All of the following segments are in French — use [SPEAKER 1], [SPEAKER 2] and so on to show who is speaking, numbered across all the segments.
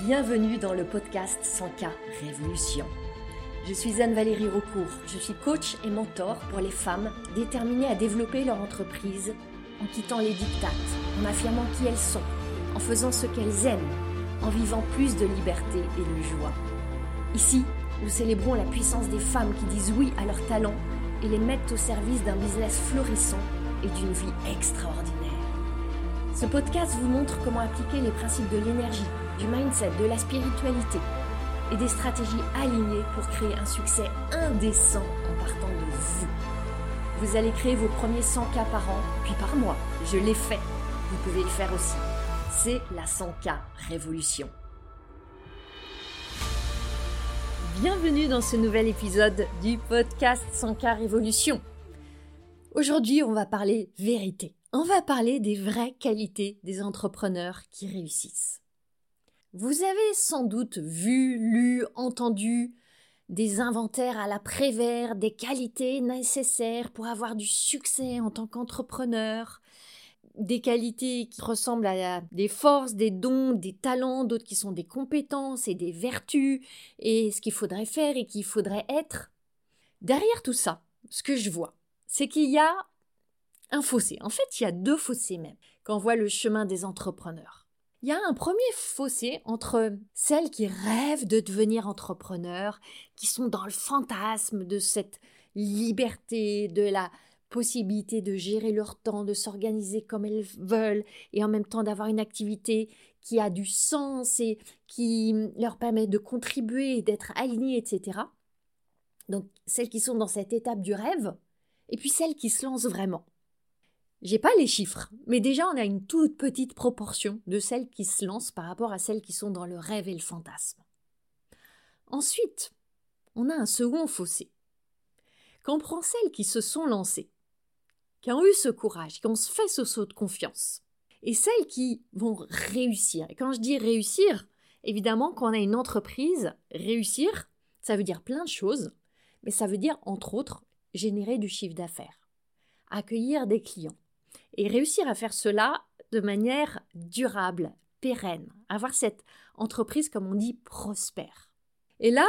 [SPEAKER 1] Bienvenue dans le podcast 100K Révolution. Je suis Anne-Valérie Raucourt, je suis coach et mentor pour les femmes déterminées à développer leur entreprise en quittant les diktats, en affirmant qui elles sont, en faisant ce qu'elles aiment, en vivant plus de liberté et de joie. Ici, nous célébrons la puissance des femmes qui disent oui à leurs talents et les mettent au service d'un business florissant et d'une vie extraordinaire. Ce podcast vous montre comment appliquer les principes de l'énergie, du mindset, de la spiritualité et des stratégies alignées pour créer un succès indécent en partant de vous. Vous allez créer vos premiers 100K par an, puis par mois. Je l'ai fait. Vous pouvez le faire aussi. C'est la 100K Révolution. Bienvenue dans ce nouvel épisode du podcast 100K Révolution. Aujourd'hui, on va parler vérité. On va parler des vraies qualités des entrepreneurs qui réussissent. Vous avez sans doute vu, lu, entendu des inventaires à la Prévert, des qualités nécessaires pour avoir du succès en tant qu'entrepreneur, des qualités qui ressemblent à des forces, des dons, des talents, d'autres qui sont des compétences et des vertus, et ce qu'il faudrait faire et qu'il faudrait être. Derrière tout ça, ce que je vois, c'est qu'il y a un fossé. En fait, il y a deux fossés même, quand on voit le chemin des entrepreneurs. Il y a un premier fossé entre celles qui rêvent de devenir entrepreneurs, qui sont dans le fantasme de cette liberté, de la possibilité de gérer leur temps, de s'organiser comme elles veulent et en même temps d'avoir une activité qui a du sens et qui leur permet de contribuer, d'être alignées, etc. Donc, celles qui sont dans cette étape du rêve et puis celles qui se lancent vraiment. J'ai pas les chiffres, mais déjà on a une toute petite proportion de celles qui se lancent par rapport à celles qui sont dans le rêve et le fantasme. Ensuite, on a un second fossé. Quand on prend celles qui se sont lancées, qui ont eu ce courage, qui ont fait ce saut de confiance, et celles qui vont réussir. Et quand je dis réussir, évidemment, quand on a une entreprise, réussir, ça veut dire plein de choses, mais ça veut dire, entre autres, générer du chiffre d'affaires, accueillir des clients. Et réussir à faire cela de manière durable, pérenne, avoir cette entreprise, comme on dit, prospère. Et là,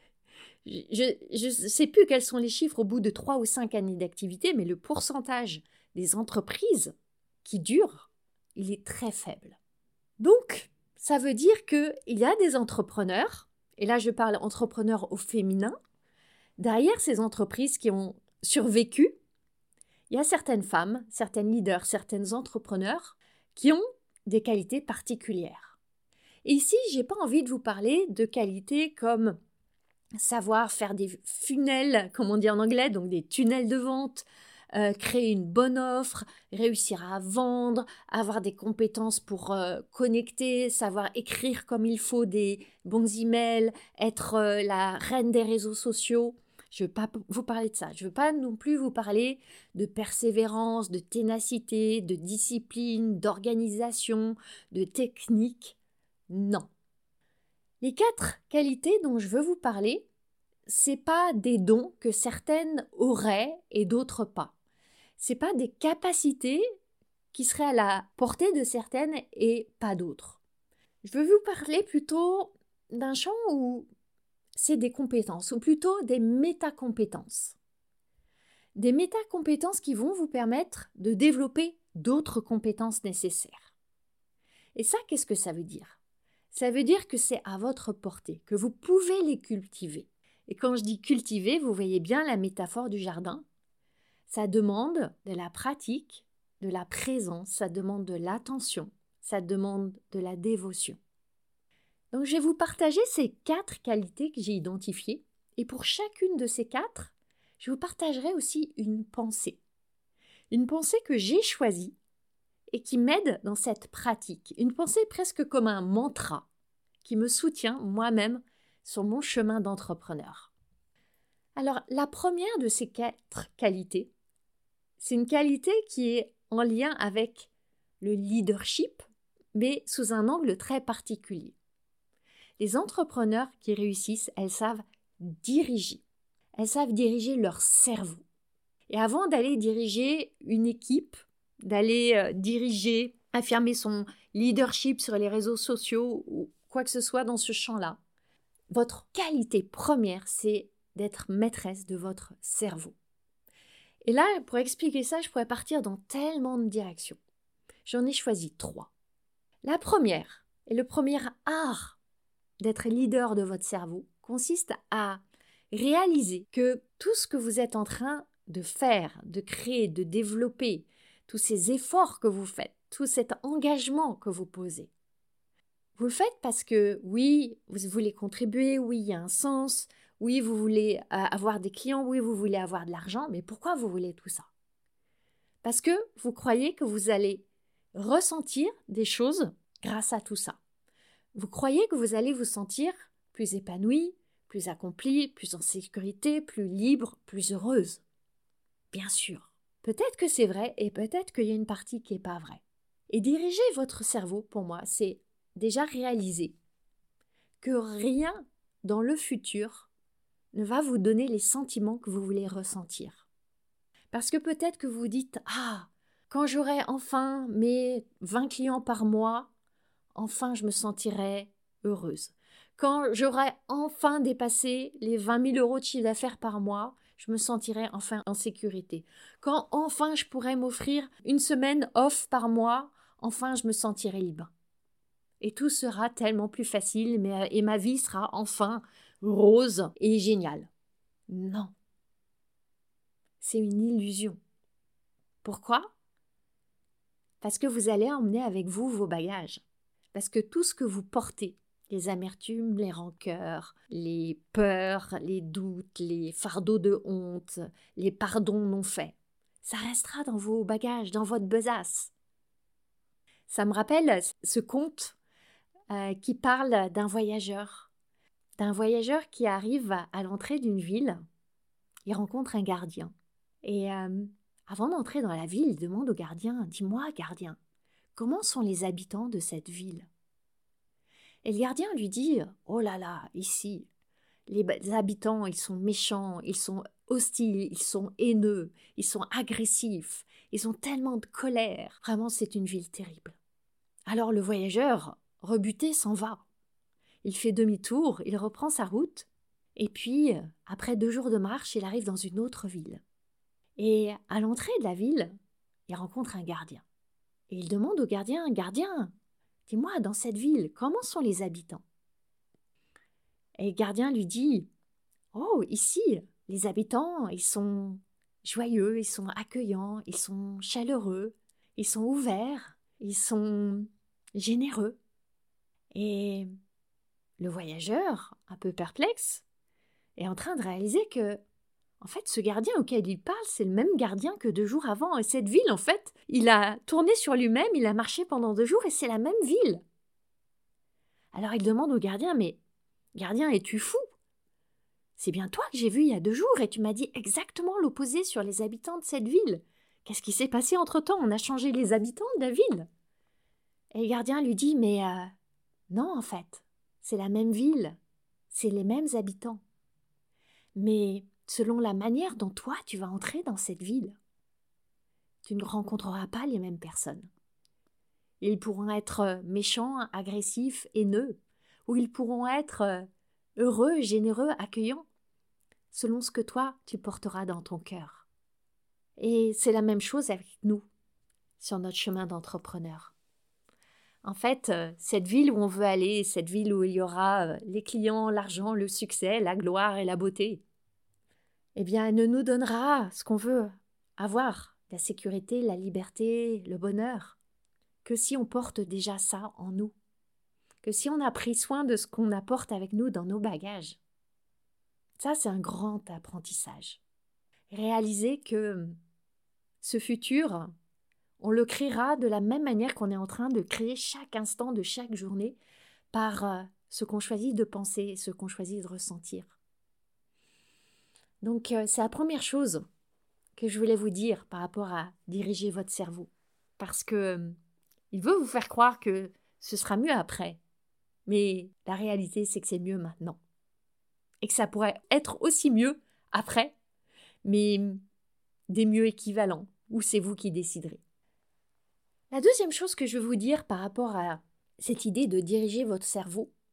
[SPEAKER 1] je ne sais plus quels sont les chiffres au bout de 3 ou 5 années d'activité, mais le pourcentage des entreprises qui durent, il est très faible. Donc, ça veut dire qu'il y a des entrepreneurs, et là je parle entrepreneurs au féminin, derrière ces entreprises qui ont survécu. Il y a certaines femmes, certaines leaders, certains entrepreneurs qui ont des qualités particulières. Et ici, je n'ai pas envie de vous parler de qualités comme savoir faire des funnels, comme on dit en anglais, donc des tunnels de vente, créer une bonne offre, réussir à vendre, avoir des compétences pour connecter, savoir écrire comme il faut des bons emails, être la reine des réseaux sociaux. Je ne veux pas vous parler de ça. Je ne veux pas non plus vous parler de persévérance, de ténacité, de discipline, d'organisation, de technique. Non. Les 4 qualités dont je veux vous parler, ce n'est pas des dons que certaines auraient et d'autres pas. Ce n'est pas des capacités qui seraient à la portée de certaines et pas d'autres. Je veux vous parler plutôt d'un champ où c'est des compétences, ou plutôt des métacompétences. Des métacompétences qui vont vous permettre de développer d'autres compétences nécessaires. Et ça, qu'est-ce que ça veut dire ? Ça veut dire que c'est à votre portée, que vous pouvez les cultiver. Et quand je dis cultiver, vous voyez bien la métaphore du jardin. Ça demande de la pratique, de la présence, ça demande de l'attention, ça demande de la dévotion. Donc, je vais vous partager ces 4 qualités que j'ai identifiées. Et pour chacune de ces 4, je vous partagerai aussi une pensée. Une pensée que j'ai choisie et qui m'aide dans cette pratique. Une pensée presque comme un mantra qui me soutient moi-même sur mon chemin d'entrepreneur. Alors, la première de ces 4 qualités, c'est une qualité qui est en lien avec le leadership, mais sous un angle très particulier. Les entrepreneurs qui réussissent, elles savent diriger. Elles savent diriger leur cerveau. Et avant d'aller diriger une équipe, d'aller affirmer son leadership sur les réseaux sociaux ou quoi que ce soit dans ce champ-là. Votre qualité première, c'est d'être maîtresse de votre cerveau. Et là, pour expliquer ça, je pourrais partir dans tellement de directions. J'en ai choisi 3. La première, et le premier art d'être leader de votre cerveau, consiste à réaliser que tout ce que vous êtes en train de faire, de créer, de développer, tous ces efforts que vous faites, tout cet engagement que vous posez, vous le faites parce que oui, vous voulez contribuer, oui, il y a un sens, oui, vous voulez avoir des clients, oui, vous voulez avoir de l'argent, mais pourquoi vous voulez tout ça? Parce que vous croyez que vous allez ressentir des choses grâce à tout ça. Vous croyez que vous allez vous sentir plus épanoui, plus accompli, plus en sécurité, plus libre, plus heureuse. Bien sûr, peut-être que c'est vrai et peut-être qu'il y a une partie qui n'est pas vraie. Et diriger votre cerveau, pour moi, c'est déjà réaliser que rien dans le futur ne va vous donner les sentiments que vous voulez ressentir. Parce que peut-être que vous dites « Ah, quand j'aurai enfin mes 20 clients par mois, enfin je me sentirai heureuse. Quand j'aurai enfin dépassé les 20 000 € de chiffre d'affaires par mois, je me sentirai enfin en sécurité. Quand enfin je pourrai m'offrir une semaine off par mois, enfin je me sentirai libre. Et tout sera tellement plus facile et ma vie sera enfin rose et géniale. » Non. C'est une illusion. Pourquoi? Parce que vous allez emmener avec vous vos bagages. Parce que tout ce que vous portez, les amertumes, les rancœurs, les peurs, les doutes, les fardeaux de honte, les pardons non faits, ça restera dans vos bagages, dans votre besace. Ça me rappelle ce conte qui parle d'un voyageur qui arrive à l'entrée d'une ville. Il rencontre un gardien. Et avant d'entrer dans la ville, il demande au gardien « Dis-moi, gardien, comment sont les habitants de cette ville ?» Et le gardien lui dit « Oh là là, ici, les habitants, ils sont méchants, ils sont hostiles, ils sont haineux, ils sont agressifs, ils ont tellement de colère. Vraiment, c'est une ville terrible. » Alors le voyageur, rebuté, s'en va. Il fait demi-tour, il reprend sa route, et puis, après 2 jours de marche, il arrive dans une autre ville. Et à l'entrée de la ville, il rencontre un gardien. Et il demande au gardien « Gardien, dis-moi, dans cette ville, comment sont les habitants ?» Et le gardien lui dit « Oh, ici, les habitants, ils sont joyeux, ils sont accueillants, ils sont chaleureux, ils sont ouverts, ils sont généreux. » Et le voyageur, un peu perplexe, est en train de réaliser que en fait, ce gardien auquel il parle, c'est le même gardien que 2 jours avant. Et cette ville, en fait, il a tourné sur lui-même, il a marché pendant 2 jours et c'est la même ville. Alors il demande au gardien « Mais, gardien, es-tu fou? C'est bien toi que j'ai vu il y a 2 jours et tu m'as dit exactement l'opposé sur les habitants de cette ville. Qu'est-ce qui s'est passé entre-temps? On a changé les habitants de la ville. » Et le gardien lui dit « Mais non, en fait, c'est la même ville, c'est les mêmes habitants. Mais selon la manière dont toi tu vas entrer dans cette ville, tu ne rencontreras pas les mêmes personnes. Ils pourront être méchants, agressifs, haineux, ou ils pourront être heureux, généreux, accueillants, selon ce que toi tu porteras dans ton cœur. Et c'est la même chose avec nous, sur notre chemin d'entrepreneur. En fait, cette ville où on veut aller, cette ville où il y aura les clients, l'argent, le succès, la gloire et la beauté, eh bien, elle ne nous donnera ce qu'on veut avoir, la sécurité, la liberté, le bonheur, que si on porte déjà ça en nous, que si on a pris soin de ce qu'on apporte avec nous dans nos bagages. Ça, c'est un grand apprentissage. Réaliser que ce futur, on le créera de la même manière qu'on est en train de créer chaque instant de chaque journée par ce qu'on choisit de penser, ce qu'on choisit de ressentir. Donc, c'est la première chose que je voulais vous dire par rapport à diriger votre cerveau. Parce que il veut vous faire croire que ce sera mieux après. Mais la réalité, c'est que c'est mieux maintenant. Et que ça pourrait être aussi mieux après, mais des mieux équivalents, ou c'est vous qui déciderez. La deuxième chose que je veux vous dire par rapport à cette idée de diriger votre cerveau,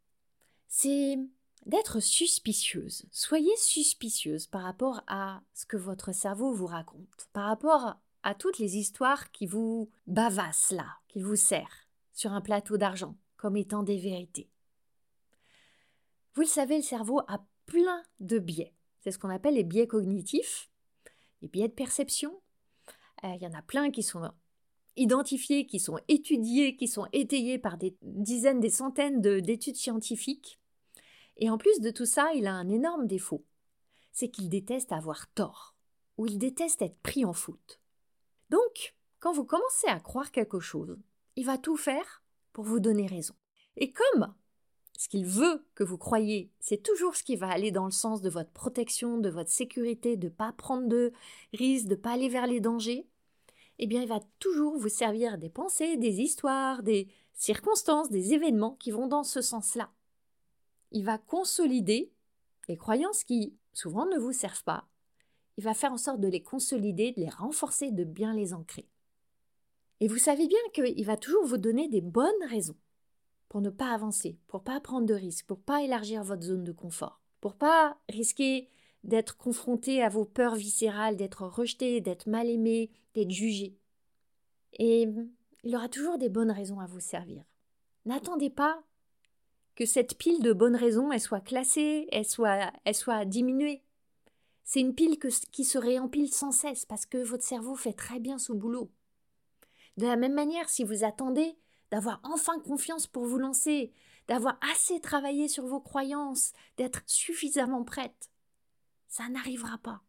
[SPEAKER 1] c'est d'être suspicieuse. Soyez suspicieuse par rapport à ce que votre cerveau vous raconte, par rapport à toutes les histoires qui vous bavassent là, qui vous serrent sur un plateau d'argent comme étant des vérités. Vous le savez, le cerveau a plein de biais. C'est ce qu'on appelle les biais cognitifs, les biais de perception. Il y en a plein qui sont identifiés, qui sont étudiés, qui sont étayés par des dizaines, des centaines d'études scientifiques. Et en plus de tout ça, il a un énorme défaut. C'est qu'il déteste avoir tort, ou il déteste être pris en faute. Donc, quand vous commencez à croire quelque chose, il va tout faire pour vous donner raison. Et comme ce qu'il veut que vous croyiez, c'est toujours ce qui va aller dans le sens de votre protection, de votre sécurité, de ne pas prendre de risques, de ne pas aller vers les dangers, eh bien, il va toujours vous servir des pensées, des histoires, des circonstances, des événements qui vont dans ce sens-là. Il va consolider les croyances qui, souvent, ne vous servent pas. Il va faire en sorte de les consolider, de les renforcer, de bien les ancrer. Et vous savez bien qu'il va toujours vous donner des bonnes raisons pour ne pas avancer, pour ne pas prendre de risques, pour ne pas élargir votre zone de confort, pour ne pas risquer d'être confronté à vos peurs viscérales, d'être rejeté, d'être mal aimé, d'être jugé. Et il aura toujours des bonnes raisons à vous servir. N'attendez pas que cette pile de bonnes raisons, elle soit classée, elle soit diminuée. C'est une pile qui se réempile sans cesse parce que votre cerveau fait très bien son boulot. De la même manière, si vous attendez d'avoir enfin confiance pour vous lancer, d'avoir assez travaillé sur vos croyances, d'être suffisamment prête, ça n'arrivera pas.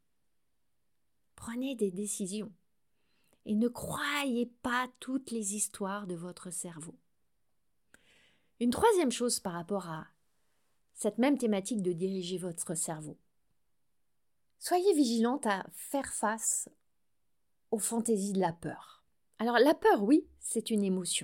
[SPEAKER 1] Prenez des décisions et ne croyez pas toutes les histoires de votre cerveau. Une troisième chose par rapport à cette même thématique de diriger votre cerveau. Soyez vigilante à faire face aux fantaisies de la peur. Alors la peur, oui, c'est une émotion.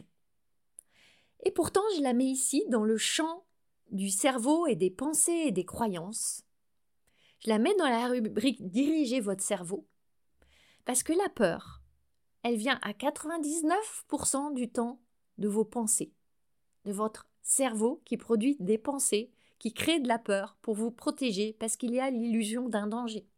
[SPEAKER 1] Et pourtant, je la mets ici dans le champ du cerveau et des pensées et des croyances. Je la mets dans la rubrique « Diriger votre cerveau » parce que la peur, elle vient à 99% du temps de vos pensées, de votre cerveau qui produit des pensées, qui crée de la peur pour vous protéger parce qu'il y a l'illusion d'un danger.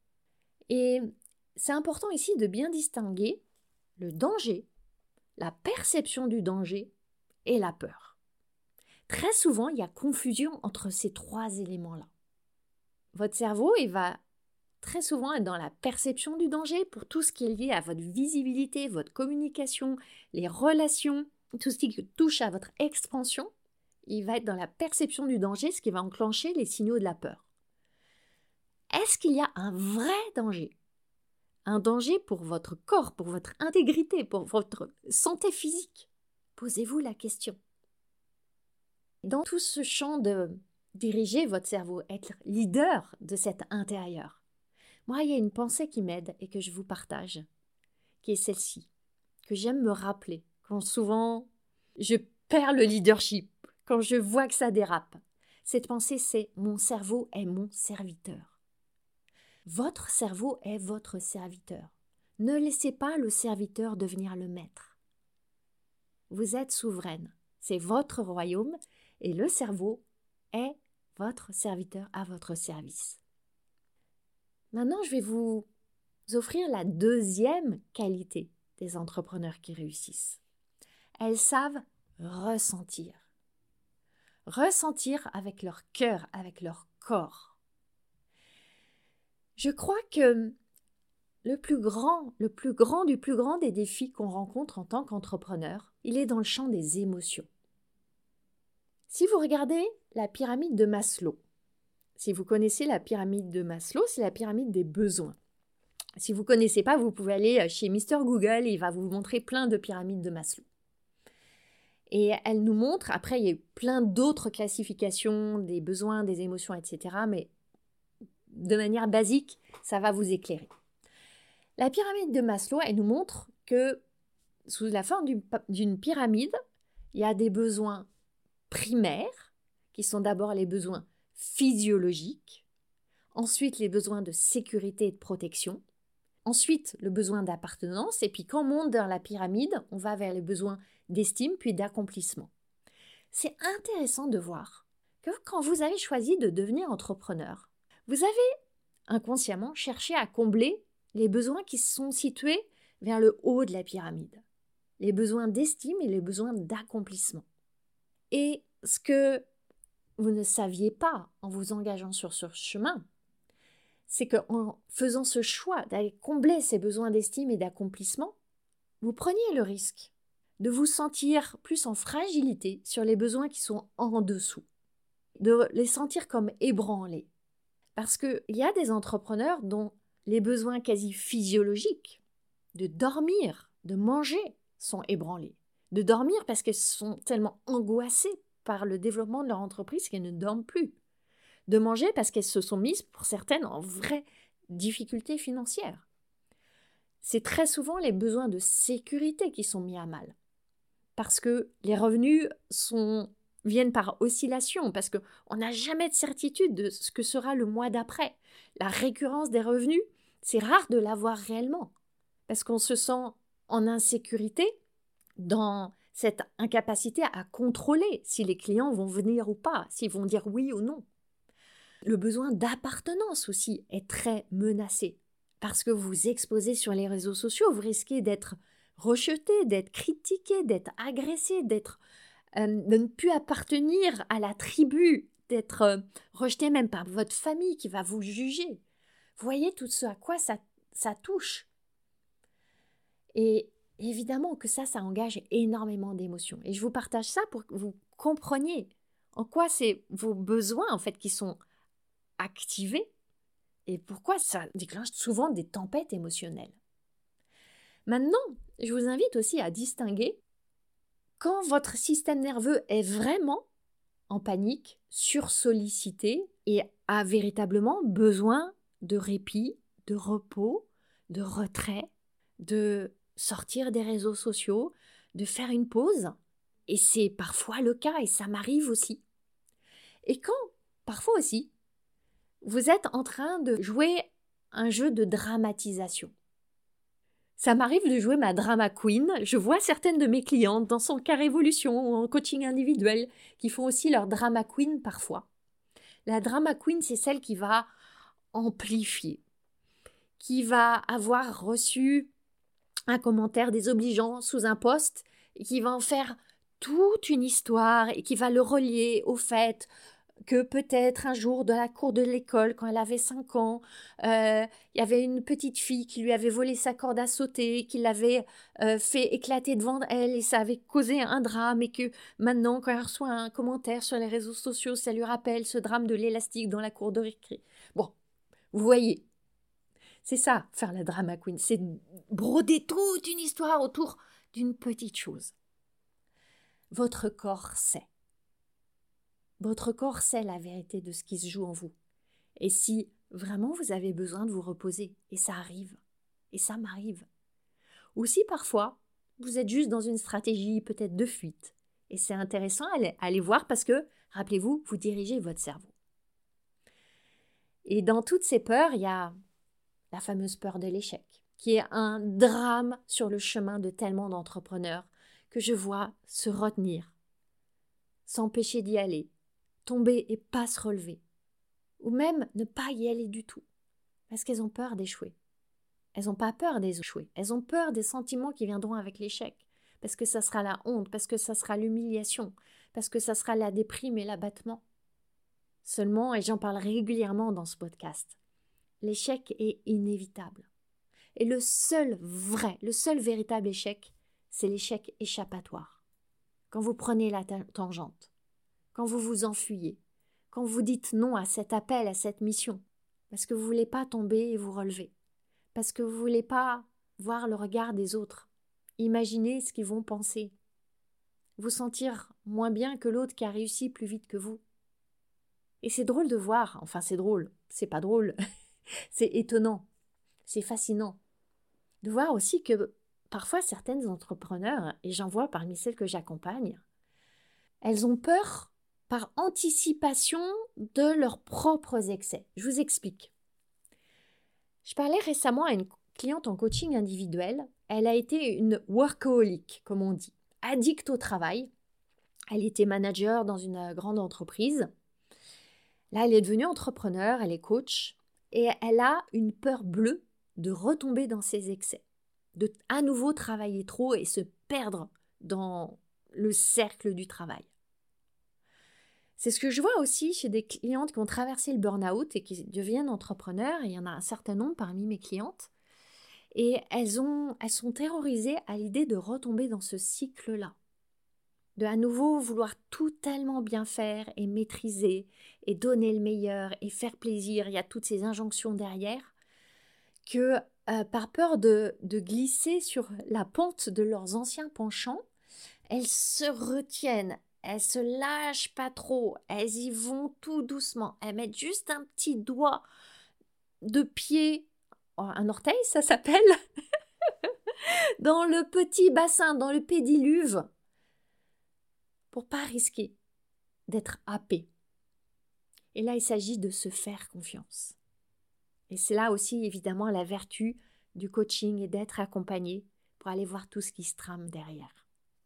[SPEAKER 1] Et c'est important ici de bien distinguer le danger, la perception du danger et la peur. Très souvent, il y a confusion entre ces trois éléments-là. Votre cerveau, il va très souvent être dans la perception du danger pour tout ce qui est lié à votre visibilité, votre communication, les relations, tout ce qui touche à votre expansion. Il va être dans la perception du danger, ce qui va enclencher les signaux de la peur. Est-ce qu'il y a un vrai danger ? Un danger pour votre corps, pour votre intégrité, pour votre santé physique ? Posez-vous la question. Dans tout ce champ de diriger votre cerveau, être leader de cet intérieur, moi, il y a une pensée qui m'aide et que je vous partage, qui est celle-ci, que j'aime me rappeler quand souvent je perds le leadership, quand je vois que ça dérape. Cette pensée, c'est « mon cerveau est mon serviteur ». Votre cerveau est votre serviteur. Ne laissez pas le serviteur devenir le maître. Vous êtes souveraine, c'est votre royaume et le cerveau est votre serviteur à votre service. Maintenant, je vais vous offrir la deuxième qualité des entrepreneurs qui réussissent. Elles savent ressentir. Ressentir avec leur cœur, avec leur corps. Je crois que le plus grand des défis qu'on rencontre en tant qu'entrepreneur, il est dans le champ des émotions. Si vous regardez la pyramide de Maslow, si vous connaissez la pyramide de Maslow, c'est la pyramide des besoins. Si vous ne connaissez pas, vous pouvez aller chez Mr Google, il va vous montrer plein de pyramides de Maslow. Et elle nous montre, après il y a eu plein d'autres classifications des besoins, des émotions, etc. Mais de manière basique, ça va vous éclairer. La pyramide de Maslow, elle nous montre que sous la forme d'une pyramide, il y a des besoins primaires, qui sont d'abord les besoins physiologiques, ensuite les besoins de sécurité et de protection, ensuite le besoin d'appartenance, et puis quand on monte dans la pyramide, on va vers les besoins d'estime puis d'accomplissement. C'est intéressant de voir que quand vous avez choisi de devenir entrepreneur, vous avez inconsciemment cherché à combler les besoins qui sont situés vers le haut de la pyramide, les besoins d'estime et les besoins d'accomplissement. Et ce que vous ne saviez pas en vous engageant sur ce chemin, c'est qu'en faisant ce choix d'aller combler ces besoins d'estime et d'accomplissement, vous preniez le risque de vous sentir plus en fragilité sur les besoins qui sont en dessous, de les sentir comme ébranlés. Parce qu'il y a des entrepreneurs dont les besoins quasi physiologiques de dormir, de manger sont ébranlés. De dormir parce qu'elles sont tellement angoissées par le développement de leur entreprise qu'elles ne dorment plus. De manger parce qu'elles se sont mises, pour certaines, en vraie difficulté financière. C'est très souvent les besoins de sécurité qui sont mis à mal. Parce que les revenus viennent par oscillation, parce qu'on n'a jamais de certitude de ce que sera le mois d'après. La récurrence des revenus, c'est rare de l'avoir réellement, parce qu'on se sent en insécurité dans cette incapacité à contrôler si les clients vont venir ou pas, s'ils vont dire oui ou non. Le besoin d'appartenance aussi est très menacé, parce que vous vous exposez sur les réseaux sociaux, vous risquez d'être rejeté, d'être critiqué, d'être agressé, de ne plus appartenir à la tribu, d'être rejeté même par votre famille qui va vous juger. Vous voyez tout ce à quoi ça touche. Et évidemment que ça engage énormément d'émotions. Et je vous partage ça pour que vous compreniez en quoi c'est vos besoins en fait qui sont activés et pourquoi ça déclenche souvent des tempêtes émotionnelles. Maintenant, je vous invite aussi à distinguer quand votre système nerveux est vraiment en panique, sursollicité et a véritablement besoin de répit, de repos, de retrait, de sortir des réseaux sociaux, de faire une pause. Et c'est parfois le cas et ça m'arrive aussi. Et quand, parfois aussi, vous êtes en train de jouer un jeu de dramatisation. Ça m'arrive de jouer ma drama queen. Je vois certaines de mes clientes dans son cas évolution ou en coaching individuel qui font aussi leur drama queen parfois. La drama queen, c'est celle qui va amplifier, qui va avoir reçu un commentaire désobligeant sous un post et qui va en faire toute une histoire et qui va le relier au fait que peut-être un jour dans la cour de l'école, quand elle avait 5 ans, il y avait une petite fille qui lui avait volé sa corde à sauter, qui l'avait fait éclater devant elle et ça avait causé un drame et que maintenant, quand elle reçoit un commentaire sur les réseaux sociaux, ça lui rappelle ce drame de l'élastique dans la cour de récré. Bon, vous voyez, c'est ça, faire la drama queen, c'est broder toute une histoire autour d'une petite chose. Votre corps sait. Votre corps sait la vérité de ce qui se joue en vous. Et si vraiment vous avez besoin de vous reposer, et ça arrive, et ça m'arrive. Ou si parfois, vous êtes juste dans une stratégie peut-être de fuite, et c'est intéressant à aller voir parce que, rappelez-vous, vous dirigez votre cerveau. Et dans toutes ces peurs, il y a la fameuse peur de l'échec, qui est un drame sur le chemin de tellement d'entrepreneurs que je vois se retenir, s'empêcher d'y aller, tomber et pas se relever, ou même ne pas y aller du tout, parce qu'elles ont peur d'échouer. Elles n'ont pas peur d'échouer, elles ont peur des sentiments qui viendront avec l'échec, parce que ça sera la honte, parce que ça sera l'humiliation, parce que ça sera la déprime et l'abattement. Seulement, et j'en parle régulièrement dans ce podcast, l'échec est inévitable. Et le seul véritable échec, c'est l'échec échappatoire. Quand vous prenez la tangente, quand vous vous enfuyez, quand vous dites non à cet appel, à cette mission, parce que vous ne voulez pas tomber et vous relever, parce que vous ne voulez pas voir le regard des autres, imaginer ce qu'ils vont penser, vous sentir moins bien que l'autre qui a réussi plus vite que vous. Et c'est drôle de voir, enfin c'est drôle, c'est pas drôle, c'est étonnant, c'est fascinant, de voir aussi que parfois certaines entrepreneurs, et j'en vois parmi celles que j'accompagne, elles ont peur par anticipation de leurs propres excès. Je vous explique. Je parlais récemment à une cliente en coaching individuel. Elle a été une workaholic, comme on dit, addict au travail. Elle était manager dans une grande entreprise Là, elle est devenue entrepreneur, elle est coach et elle a une peur bleue de retomber dans ses excès, de à nouveau travailler trop et se perdre dans le cercle du travail. C'est ce que je vois aussi chez des clientes qui ont traversé le burn-out et qui deviennent entrepreneurs. Il y en a un certain nombre parmi mes clientes. Et elles sont terrorisées à l'idée de retomber dans ce cycle-là. De à nouveau vouloir tout tellement bien faire et maîtriser et donner le meilleur et faire plaisir. Il y a toutes ces injonctions derrière que par peur de glisser sur la pente de leurs anciens penchants, elles se retiennent, elles se lâchent pas trop, elles y vont tout doucement, elles mettent juste un petit doigt de pied, un orteil ça s'appelle, dans le petit bassin, dans le pédiluve, pour pas risquer d'être happé. Et là, il s'agit de se faire confiance. Et c'est là aussi, évidemment, la vertu du coaching et d'être accompagné pour aller voir tout ce qui se trame derrière.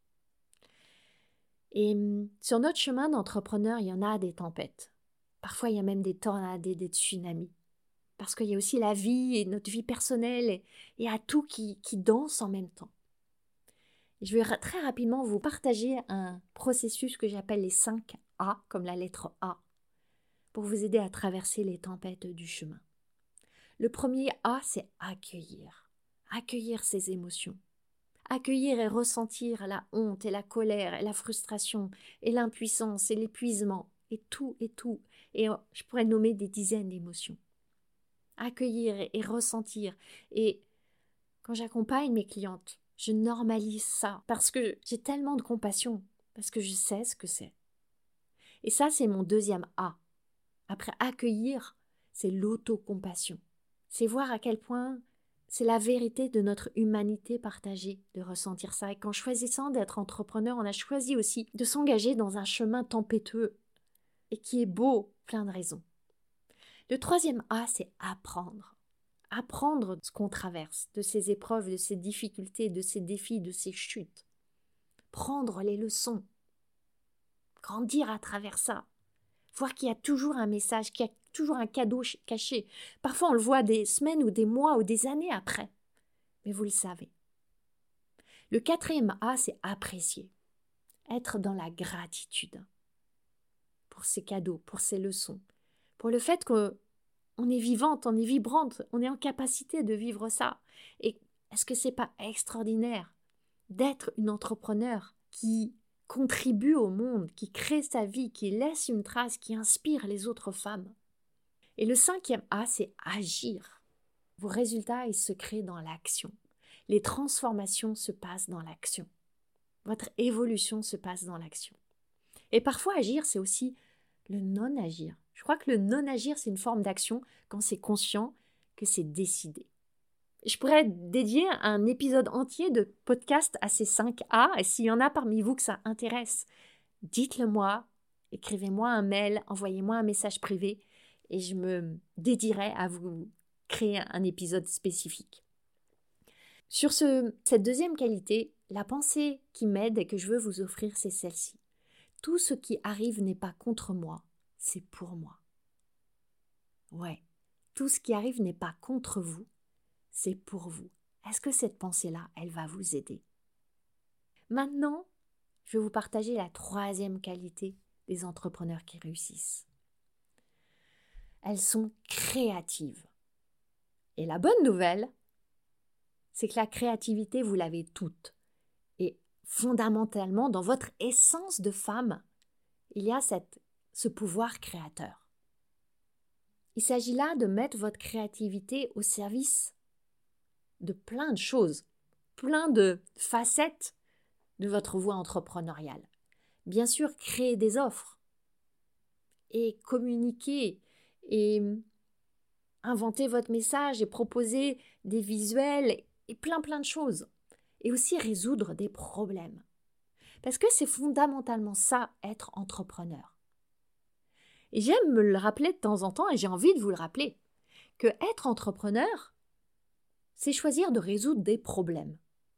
[SPEAKER 1] Et sur notre chemin d'entrepreneur, il y en a des tempêtes. Parfois, il y a même des tornades et des tsunamis. Parce qu'il y a aussi la vie et notre vie personnelle et il y a tout qui danse en même temps. Et je vais très rapidement vous partager un processus que j'appelle les 5 A, comme la lettre A, pour vous aider à traverser les tempêtes du chemin. Le premier A, c'est accueillir. Accueillir ses émotions. Accueillir et ressentir la honte et la colère et la frustration et l'impuissance et l'épuisement et tout. Et je pourrais nommer des dizaines d'émotions. Accueillir et ressentir. Et quand j'accompagne mes clientes, je normalise ça parce que j'ai tellement de compassion, parce que je sais ce que c'est. Et ça, c'est mon deuxième A. Après accueillir, c'est l'autocompassion. C'est voir à quel point c'est la vérité de notre humanité partagée de ressentir ça. Et qu'en choisissant d'être entrepreneur, on a choisi aussi de s'engager dans un chemin tempétueux et qui est beau, plein de raisons. Le troisième A, c'est apprendre. Apprendre ce qu'on traverse, de ces épreuves, de ces difficultés, de ces défis, de ces chutes. Prendre les leçons. Grandir à travers ça. Voir qu'il y a toujours un message, qu'il y a toujours un cadeau caché. Parfois, on le voit des semaines ou des mois ou des années après. Mais vous le savez. Le quatrième A, c'est apprécier. Être dans la gratitude. Pour ces cadeaux, pour ces leçons. Pour le fait qu'on est vivante, on est vibrante, on est en capacité de vivre ça. Et est-ce que c'est pas extraordinaire d'être une entrepreneure qui contribue au monde, qui crée sa vie, qui laisse une trace, qui inspire les autres femmes? Et le cinquième A, c'est agir. Vos résultats, ils se créent dans l'action. Les transformations se passent dans l'action. Votre évolution se passe dans l'action. Et parfois, agir, c'est aussi le non-agir. Je crois que le non-agir, c'est une forme d'action quand c'est conscient, que c'est décidé. Je pourrais dédier un épisode entier de podcast à ces 5 A, et s'il y en a parmi vous que ça intéresse, dites-le moi, écrivez-moi un mail, envoyez-moi un message privé, et je me dédierai à vous créer un épisode spécifique. Sur cette deuxième qualité, la pensée qui m'aide et que je veux vous offrir, c'est celle-ci. Tout ce qui arrive n'est pas contre moi, c'est pour moi. Ouais, tout ce qui arrive n'est pas contre vous, c'est pour vous. Est-ce que cette pensée-là, elle va vous aider? Maintenant, je vais vous partager la troisième qualité des entrepreneurs qui réussissent. Elles sont créatives. Et la bonne nouvelle, c'est que la créativité, vous l'avez toute. Et fondamentalement, dans votre essence de femme, il y a ce pouvoir créateur. Il s'agit là de mettre votre créativité au service de plein de choses, plein de facettes de votre voie entrepreneuriale. Bien sûr, créer des offres et communiquer et inventer votre message et proposer des visuels et plein de choses. Et aussi résoudre des problèmes. Parce que c'est fondamentalement ça, être entrepreneur. Et j'aime me le rappeler de temps en temps et j'ai envie de vous le rappeler, que être entrepreneur, c'est choisir de résoudre des problèmes.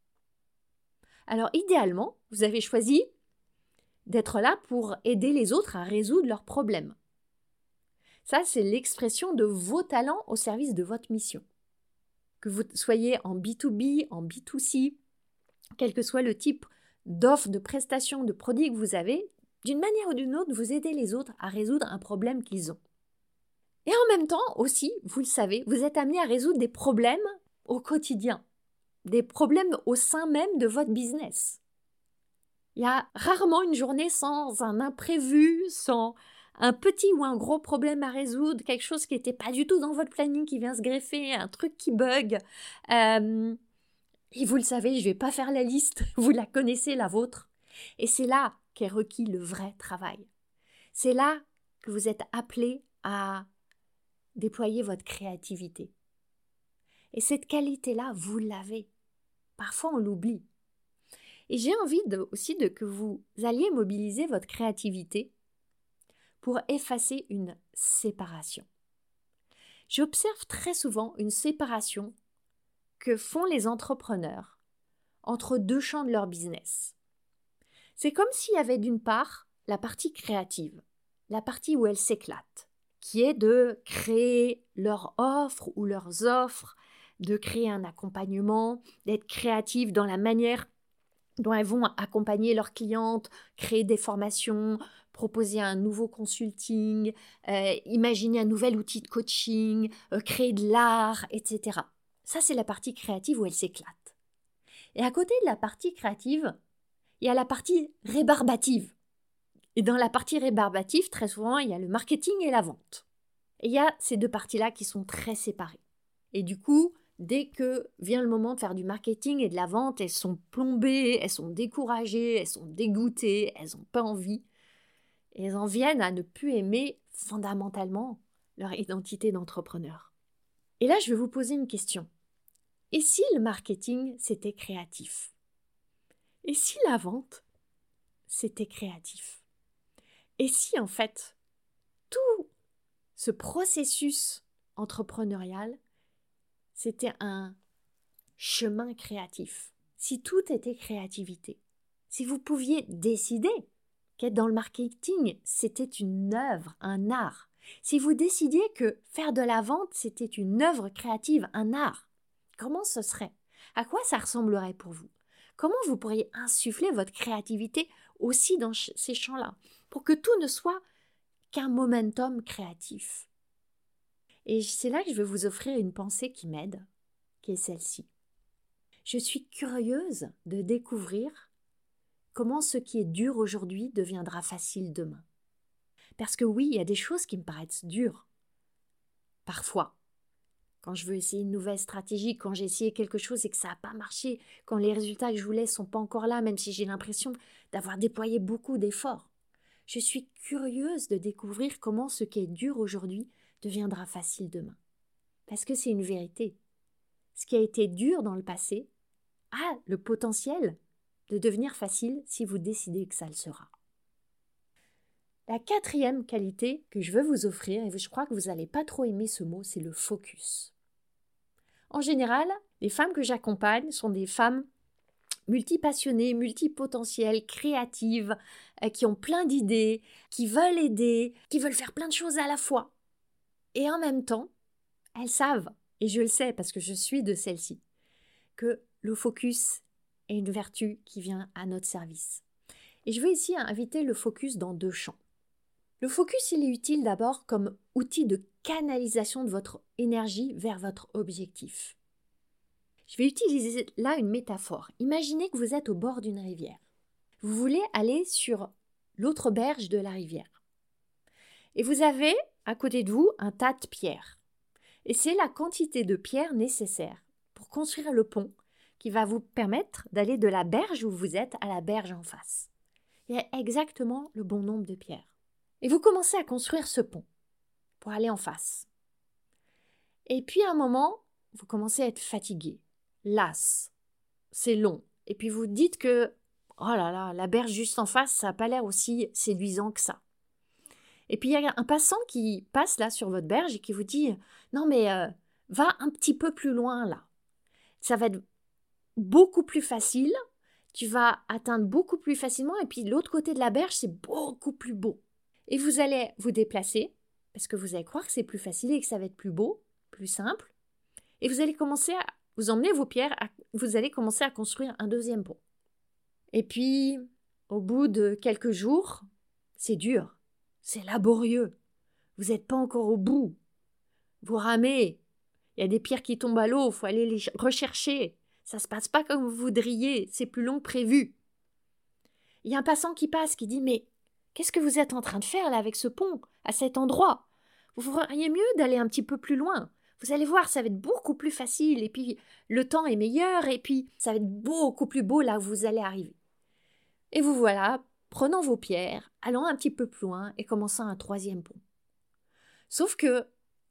[SPEAKER 1] Alors idéalement, vous avez choisi d'être là pour aider les autres à résoudre leurs problèmes. Ça, c'est l'expression de vos talents au service de votre mission. Que vous soyez en B2B, en B2C, quel que soit le type d'offre, de prestation, de produit que vous avez, d'une manière ou d'une autre, vous aidez les autres à résoudre un problème qu'ils ont. Et en même temps aussi, vous le savez, vous êtes amené à résoudre des problèmes au quotidien, des problèmes au sein même de votre business. Il y a rarement une journée sans un imprévu, sans un petit ou un gros problème à résoudre, quelque chose qui n'était pas du tout dans votre planning qui vient se greffer, un truc qui bug. Et vous le savez, je ne vais pas faire la liste, vous la connaissez, la vôtre. Et c'est là qu'est requis le vrai travail. C'est là que vous êtes appelé à déployer votre créativité. Et cette qualité-là, vous l'avez. Parfois, on l'oublie. Et j'ai envie aussi que vous alliez mobiliser votre créativité pour effacer une séparation. J'observe très souvent une séparation que font les entrepreneurs entre deux champs de leur business. C'est comme s'il y avait d'une part la partie créative, la partie où elles s'éclatent, qui est de créer leur offre ou leurs offres, de créer un accompagnement, d'être créative dans la manière dont elles vont accompagner leurs clientes, créer des formations, proposer un nouveau consulting, imaginer un nouvel outil de coaching, créer de l'art, etc. Ça, c'est la partie créative où elles s'éclatent. Et à côté de la partie créative, il y a la partie rébarbative. Et dans la partie rébarbative, très souvent, il y a le marketing et la vente. Et il y a ces deux parties-là qui sont très séparées. Et du coup, dès que vient le moment de faire du marketing et de la vente, elles sont plombées, elles sont découragées, elles sont dégoûtées, elles n'ont pas envie. Et elles en viennent à ne plus aimer fondamentalement leur identité d'entrepreneur. Et là, je vais vous poser une question. Et si le marketing, c'était créatif ? Et si la vente, c'était créatif ? Et si, en fait, tout ce processus entrepreneurial, c'était un chemin créatif, si tout était créativité, si vous pouviez décider qu'être dans le marketing, c'était une œuvre, un art, si vous décidiez que faire de la vente, c'était une œuvre créative, un art, comment ce serait ? À quoi ça ressemblerait pour vous ? Comment vous pourriez insuffler votre créativité aussi dans ces champs-là, pour que tout ne soit qu'un momentum créatif ? Et c'est là que je veux vous offrir une pensée qui m'aide, qui est celle-ci. Je suis curieuse de découvrir comment ce qui est dur aujourd'hui deviendra facile demain. Parce que oui, il y a des choses qui me paraissent dures. Parfois, quand je veux essayer une nouvelle stratégie, quand j'ai essayé quelque chose et que ça n'a pas marché, quand les résultats que je voulais ne sont pas encore là, même si j'ai l'impression d'avoir déployé beaucoup d'efforts. Je suis curieuse de découvrir comment ce qui est dur aujourd'hui deviendra facile demain. Parce que c'est une vérité. Ce qui a été dur dans le passé a le potentiel de devenir facile si vous décidez que ça le sera. La quatrième qualité que je veux vous offrir, et je crois que vous n'allez pas trop aimer ce mot, c'est le focus. En général, les femmes que j'accompagne sont des femmes multipassionnées, multipotentielles, créatives, qui ont plein d'idées, qui veulent aider, qui veulent faire plein de choses à la fois. Et en même temps, elles savent, et je le sais parce que je suis de celle-ci, que le focus est une vertu qui vient à notre service. Et je veux ici inviter le focus dans deux champs. Le focus, il est utile d'abord comme outil de canalisation de votre énergie vers votre objectif. Je vais utiliser là une métaphore. Imaginez que vous êtes au bord d'une rivière. Vous voulez aller sur l'autre berge de la rivière. Et vous avez à côté de vous un tas de pierres. Et c'est la quantité de pierres nécessaire pour construire le pont qui va vous permettre d'aller de la berge où vous êtes à la berge en face. Il y a exactement le bon nombre de pierres. Et vous commencez à construire ce pont pour aller en face. Et puis à un moment, vous commencez à être fatigué, las, c'est long. Et puis vous dites que, oh là là, la berge juste en face, ça n'a pas l'air aussi séduisant que ça. Et puis il y a un passant qui passe là sur votre berge et qui vous dit « Non mais va un petit peu plus loin là. Ça va être beaucoup plus facile, tu vas atteindre beaucoup plus facilement et puis de l'autre côté de la berge, c'est beaucoup plus beau. » Et vous allez vous déplacer parce que vous allez croire que c'est plus facile et que ça va être plus beau, plus simple. Et vous allez commencer à vous emmener vos pierres, vous allez commencer à construire un deuxième pont. Et puis, au bout de quelques jours, c'est dur, c'est laborieux. Vous n'êtes pas encore au bout. Vous ramez. Il y a des pierres qui tombent à l'eau, il faut aller les rechercher. Ça ne se passe pas comme vous voudriez, c'est plus long que prévu. Il y a un passant qui passe, qui dit « Mais qu'est-ce que vous êtes en train de faire là avec ce pont, à cet endroit ? Vous feriez mieux d'aller un petit peu plus loin. Vous allez voir, ça va être beaucoup plus facile, et puis le temps est meilleur, et puis ça va être beaucoup plus beau là où vous allez arriver. » Et vous voilà, prenant vos pierres, allant un petit peu plus loin et commençant un troisième pont. Sauf que,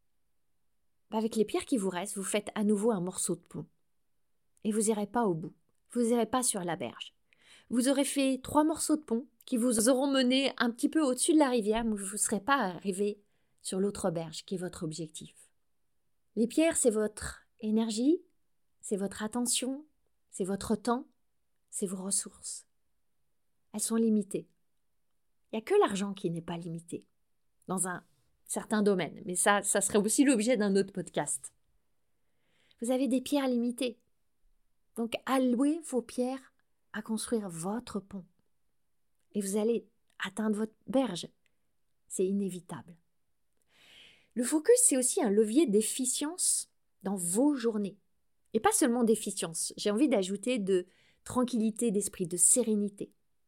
[SPEAKER 1] avec les pierres qui vous restent, vous faites à nouveau un morceau de pont. Et vous n'irez pas au bout. Vous n'irez pas sur la berge. Vous aurez fait 3 morceaux de pont qui vous auront mené un petit peu au-dessus de la rivière, mais vous ne serez pas arrivé sur l'autre berge, qui est votre objectif. Les pierres, c'est votre énergie, c'est votre attention, c'est votre temps, c'est vos ressources. Elles sont limitées. Il n'y a que l'argent qui n'est pas limité, dans un certain domaine, mais ça serait aussi l'objet d'un autre podcast. Vous avez des pierres limitées. Donc, allouez vos pierres à construire votre pont. Et vous allez atteindre votre berge. C'est inévitable. Le focus, c'est aussi un levier d'efficience dans vos journées. Et pas seulement d'efficience. J'ai envie d'ajouter de tranquillité d'esprit, de sérénité.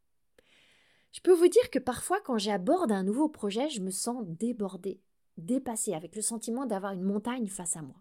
[SPEAKER 1] Je peux vous dire que parfois, quand j'aborde un nouveau projet, je me sens débordée, dépassée, avec le sentiment d'avoir une montagne face à moi.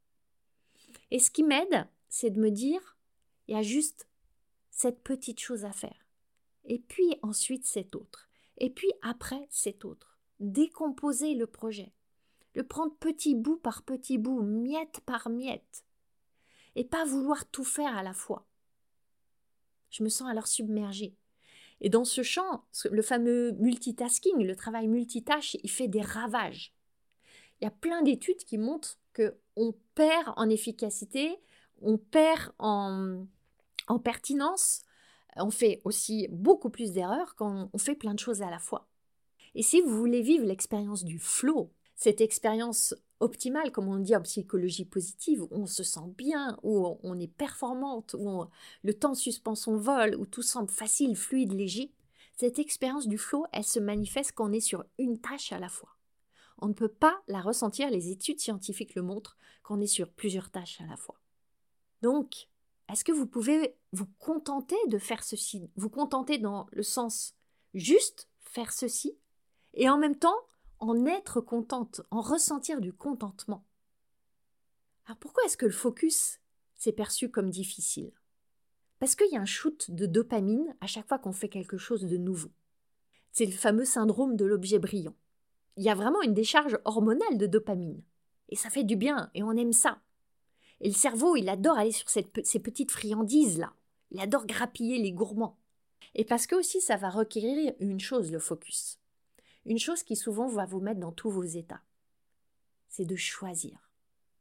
[SPEAKER 1] Et ce qui m'aide, c'est de me dire, il y a juste cette petite chose à faire. Et puis ensuite cette autre. Et puis après cette autre. Décomposer le projet. Le prendre petit bout par petit bout, miette par miette. Et pas vouloir tout faire à la fois. Je me sens alors submergée. Et dans ce champ, le fameux multitasking, le travail multitâche, il fait des ravages. Il y a plein d'études qui montrent qu'on perd en efficacité, on perd en pertinence, on fait aussi beaucoup plus d'erreurs quand on fait plein de choses à la fois. Et si vous voulez vivre l'expérience du flow, cette expérience optimale, comme on dit en psychologie positive, où on se sent bien, où on est performante, où le temps suspend son vol, où tout semble facile, fluide, léger, cette expérience du flow, elle se manifeste quand on est sur une tâche à la fois. On ne peut pas la ressentir, les études scientifiques le montrent, quand on est sur plusieurs tâches à la fois. Donc, est-ce que vous pouvez vous contenter de faire ceci, vous contenter dans le sens juste faire ceci, et en même temps en être contente, en ressentir du contentement? Alors pourquoi est-ce que le focus c'est perçu comme difficile? Parce qu'il y a un shoot de dopamine à chaque fois qu'on fait quelque chose de nouveau. C'est le fameux syndrome de l'objet brillant. Il y a vraiment une décharge hormonale de dopamine. Et ça fait du bien, et on aime ça. Et le cerveau, il adore aller sur ces petites friandises-là. Il adore grappiller les gourmands. Et parce que aussi, ça va requérir une chose, le focus. Une chose qui souvent va vous mettre dans tous vos états. C'est de choisir.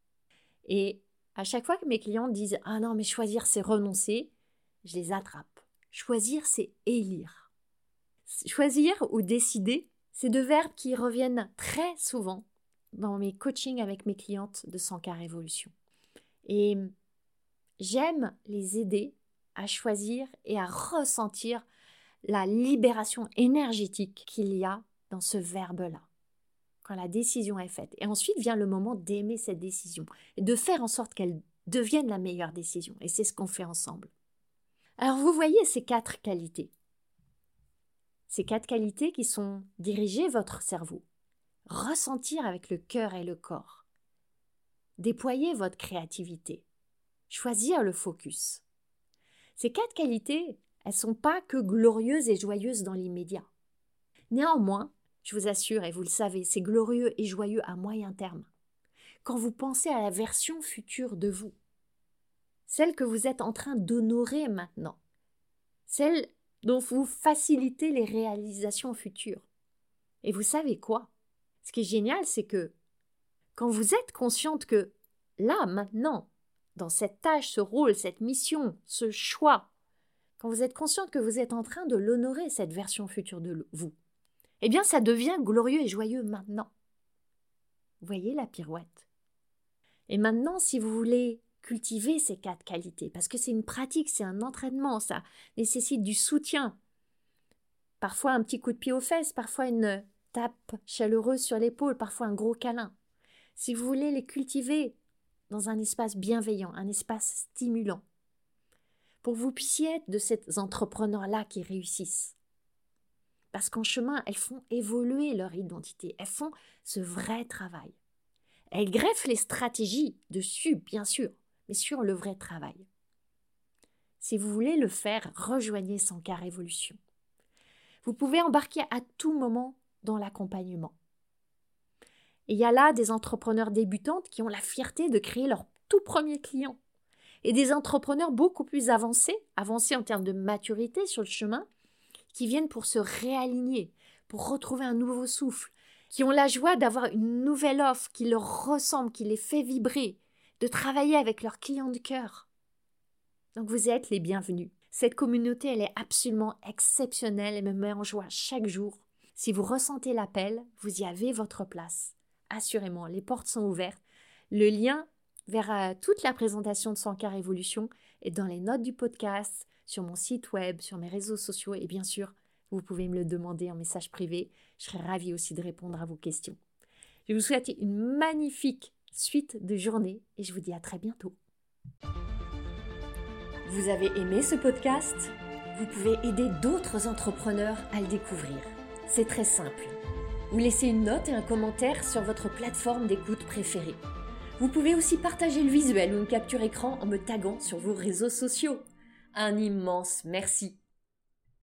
[SPEAKER 1] Et à chaque fois que mes clients disent « Ah non, mais choisir, c'est renoncer », je les attrape. Choisir, c'est élire. Choisir ou décider, c'est deux verbes qui reviennent très souvent dans mes coachings avec mes clientes de 100K Révolution. Et j'aime les aider à choisir et à ressentir la libération énergétique qu'il y a dans ce verbe-là, quand la décision est faite. Et ensuite vient le moment d'aimer cette décision et de faire en sorte qu'elle devienne la meilleure décision. Et c'est ce qu'on fait ensemble. Alors vous voyez ces 4 qualités. Ces 4 qualités qui sont diriger votre cerveau, ressentir avec le cœur et le corps, déployer votre créativité, choisir le focus. Ces 4 qualités, elles ne sont pas que glorieuses et joyeuses dans l'immédiat. Néanmoins, je vous assure, et vous le savez, c'est glorieux et joyeux à moyen terme. Quand vous pensez à la version future de vous, celle que vous êtes en train d'honorer maintenant, celle dont vous facilitez les réalisations futures. Et vous savez quoi? Ce qui est génial, c'est que quand vous êtes consciente que là, maintenant, dans cette tâche, ce rôle, cette mission, ce choix, quand vous êtes consciente que vous êtes en train de l'honorer, cette version future de vous, eh bien, ça devient glorieux et joyeux maintenant. Vous voyez la pirouette? Et maintenant, si vous voulez cultiver ces 4 qualités, parce que c'est une pratique, c'est un entraînement, ça nécessite du soutien. Parfois un petit coup de pied aux fesses, parfois une tape chaleureuse sur l'épaule, parfois un gros câlin. Si vous voulez les cultiver dans un espace bienveillant, un espace stimulant, pour que vous puissiez être de ces entrepreneurs-là qui réussissent. Parce qu'en chemin, elles font évoluer leur identité, elles font ce vrai travail. Elles greffent les stratégies dessus, bien sûr, mais sur le vrai travail. Si vous voulez le faire, rejoignez 100K Révolution. Vous pouvez embarquer à tout moment dans l'accompagnement. Et il y a là des entrepreneurs débutantes qui ont la fierté de créer leur tout premier client. Et des entrepreneurs beaucoup plus avancés en termes de maturité sur le chemin, qui viennent pour se réaligner, pour retrouver un nouveau souffle, qui ont la joie d'avoir une nouvelle offre qui leur ressemble, qui les fait vibrer, de travailler avec leurs clients de cœur. Donc vous êtes les bienvenus. Cette communauté, elle est absolument exceptionnelle et me met en joie chaque jour. Si vous ressentez l'appel, vous y avez votre place. Assurément, les portes sont ouvertes. Le lien vers toute la présentation de 100K Révolution est dans les notes du podcast, sur mon site web, sur mes réseaux sociaux et bien sûr, vous pouvez me le demander en message privé. Je serai ravie aussi de répondre à vos questions. Je vous souhaite une magnifique suite de journée et je vous dis à très bientôt. Vous avez aimé ce podcast? Vous pouvez aider d'autres entrepreneurs à le découvrir. C'est très simple. Vous laissez une note et un commentaire sur votre plateforme d'écoute préférée. Vous pouvez aussi partager le visuel ou une capture écran en me taguant sur vos réseaux sociaux. Un immense merci.